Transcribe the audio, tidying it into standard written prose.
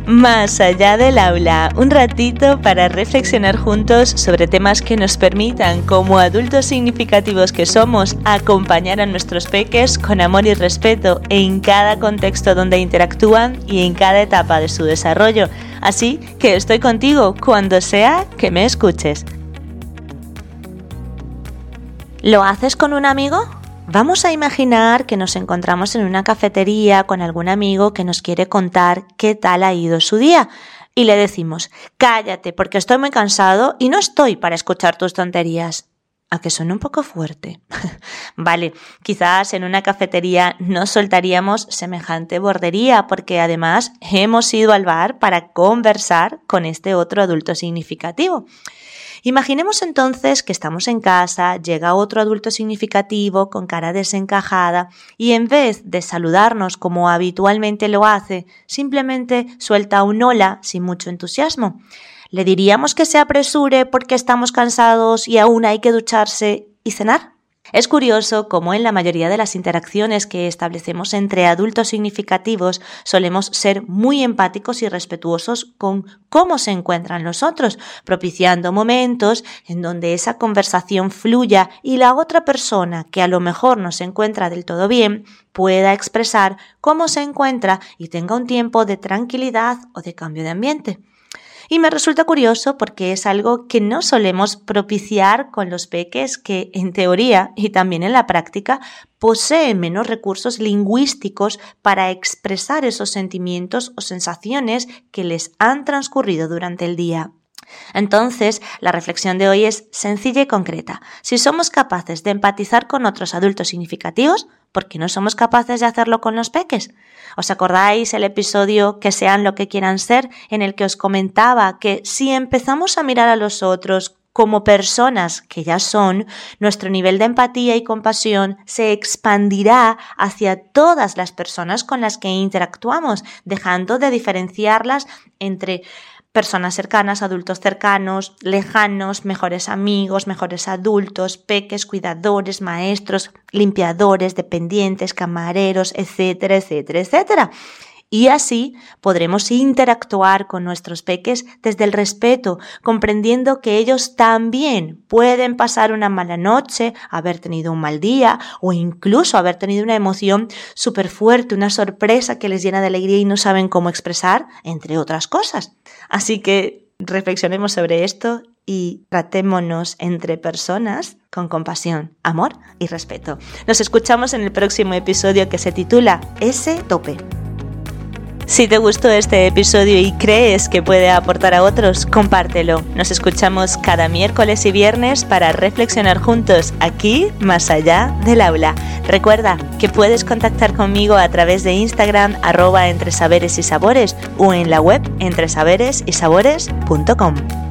Más allá del aula, un ratito para reflexionar juntos sobre temas que nos permitan, como adultos significativos que somos, acompañar a nuestros peques con amor y respeto en cada contexto donde interactúan y en cada etapa de su desarrollo. Así que estoy contigo cuando sea que me escuches. ¿Lo haces con un amigo? Vamos a imaginar que nos encontramos en una cafetería con algún amigo que nos quiere contar qué tal ha ido su día y le decimos: cállate porque estoy muy cansado y no estoy para escuchar tus tonterías. ¿A que suena un poco fuerte? Vale, quizás en una cafetería no soltaríamos semejante bordería porque además hemos ido al bar para conversar con este otro adulto significativo. Imaginemos entonces que estamos en casa, llega otro adulto significativo con cara desencajada y en vez de saludarnos como habitualmente lo hace, simplemente suelta un hola sin mucho entusiasmo. ¿Le diríamos que se apresure porque estamos cansados y aún hay que ducharse y cenar? Es curioso cómo en la mayoría de las interacciones que establecemos entre adultos significativos solemos ser muy empáticos y respetuosos con cómo se encuentran los otros, propiciando momentos en donde esa conversación fluya y la otra persona, que a lo mejor no se encuentra del todo bien, pueda expresar cómo se encuentra y tenga un tiempo de tranquilidad o de cambio de ambiente. Y me resulta curioso porque es algo que no solemos propiciar con los peques que, en teoría y también en la práctica, poseen menos recursos lingüísticos para expresar esos sentimientos o sensaciones que les han transcurrido durante el día. Entonces, la reflexión de hoy es sencilla y concreta. Si somos capaces de empatizar con otros adultos significativos, ¿por qué no somos capaces de hacerlo con los peques? ¿Os acordáis el episodio Que sean lo que quieran ser, en el que os comentaba que si empezamos a mirar a los otros como personas que ya son, nuestro nivel de empatía y compasión se expandirá hacia todas las personas con las que interactuamos, dejando de diferenciarlas entre personas cercanas, adultos cercanos, lejanos, mejores amigos, mejores adultos, peques, cuidadores, maestros, limpiadores, dependientes, camareros, etcétera, etcétera, etcétera. Y así podremos interactuar con nuestros peques desde el respeto, comprendiendo que ellos también pueden pasar una mala noche, haber tenido un mal día o incluso haber tenido una emoción súper fuerte, una sorpresa que les llena de alegría y no saben cómo expresar, entre otras cosas. Así que reflexionemos sobre esto y tratémonos entre personas con compasión, amor y respeto. Nos escuchamos en el próximo episodio que se titula Ese tope. Si te gustó este episodio y crees que puede aportar a otros, compártelo. Nos escuchamos cada miércoles y viernes para reflexionar juntos aquí, más allá del aula. Recuerda que puedes contactar conmigo a través de Instagram @entresaberesysabores o en la web entresaberesysabores.com.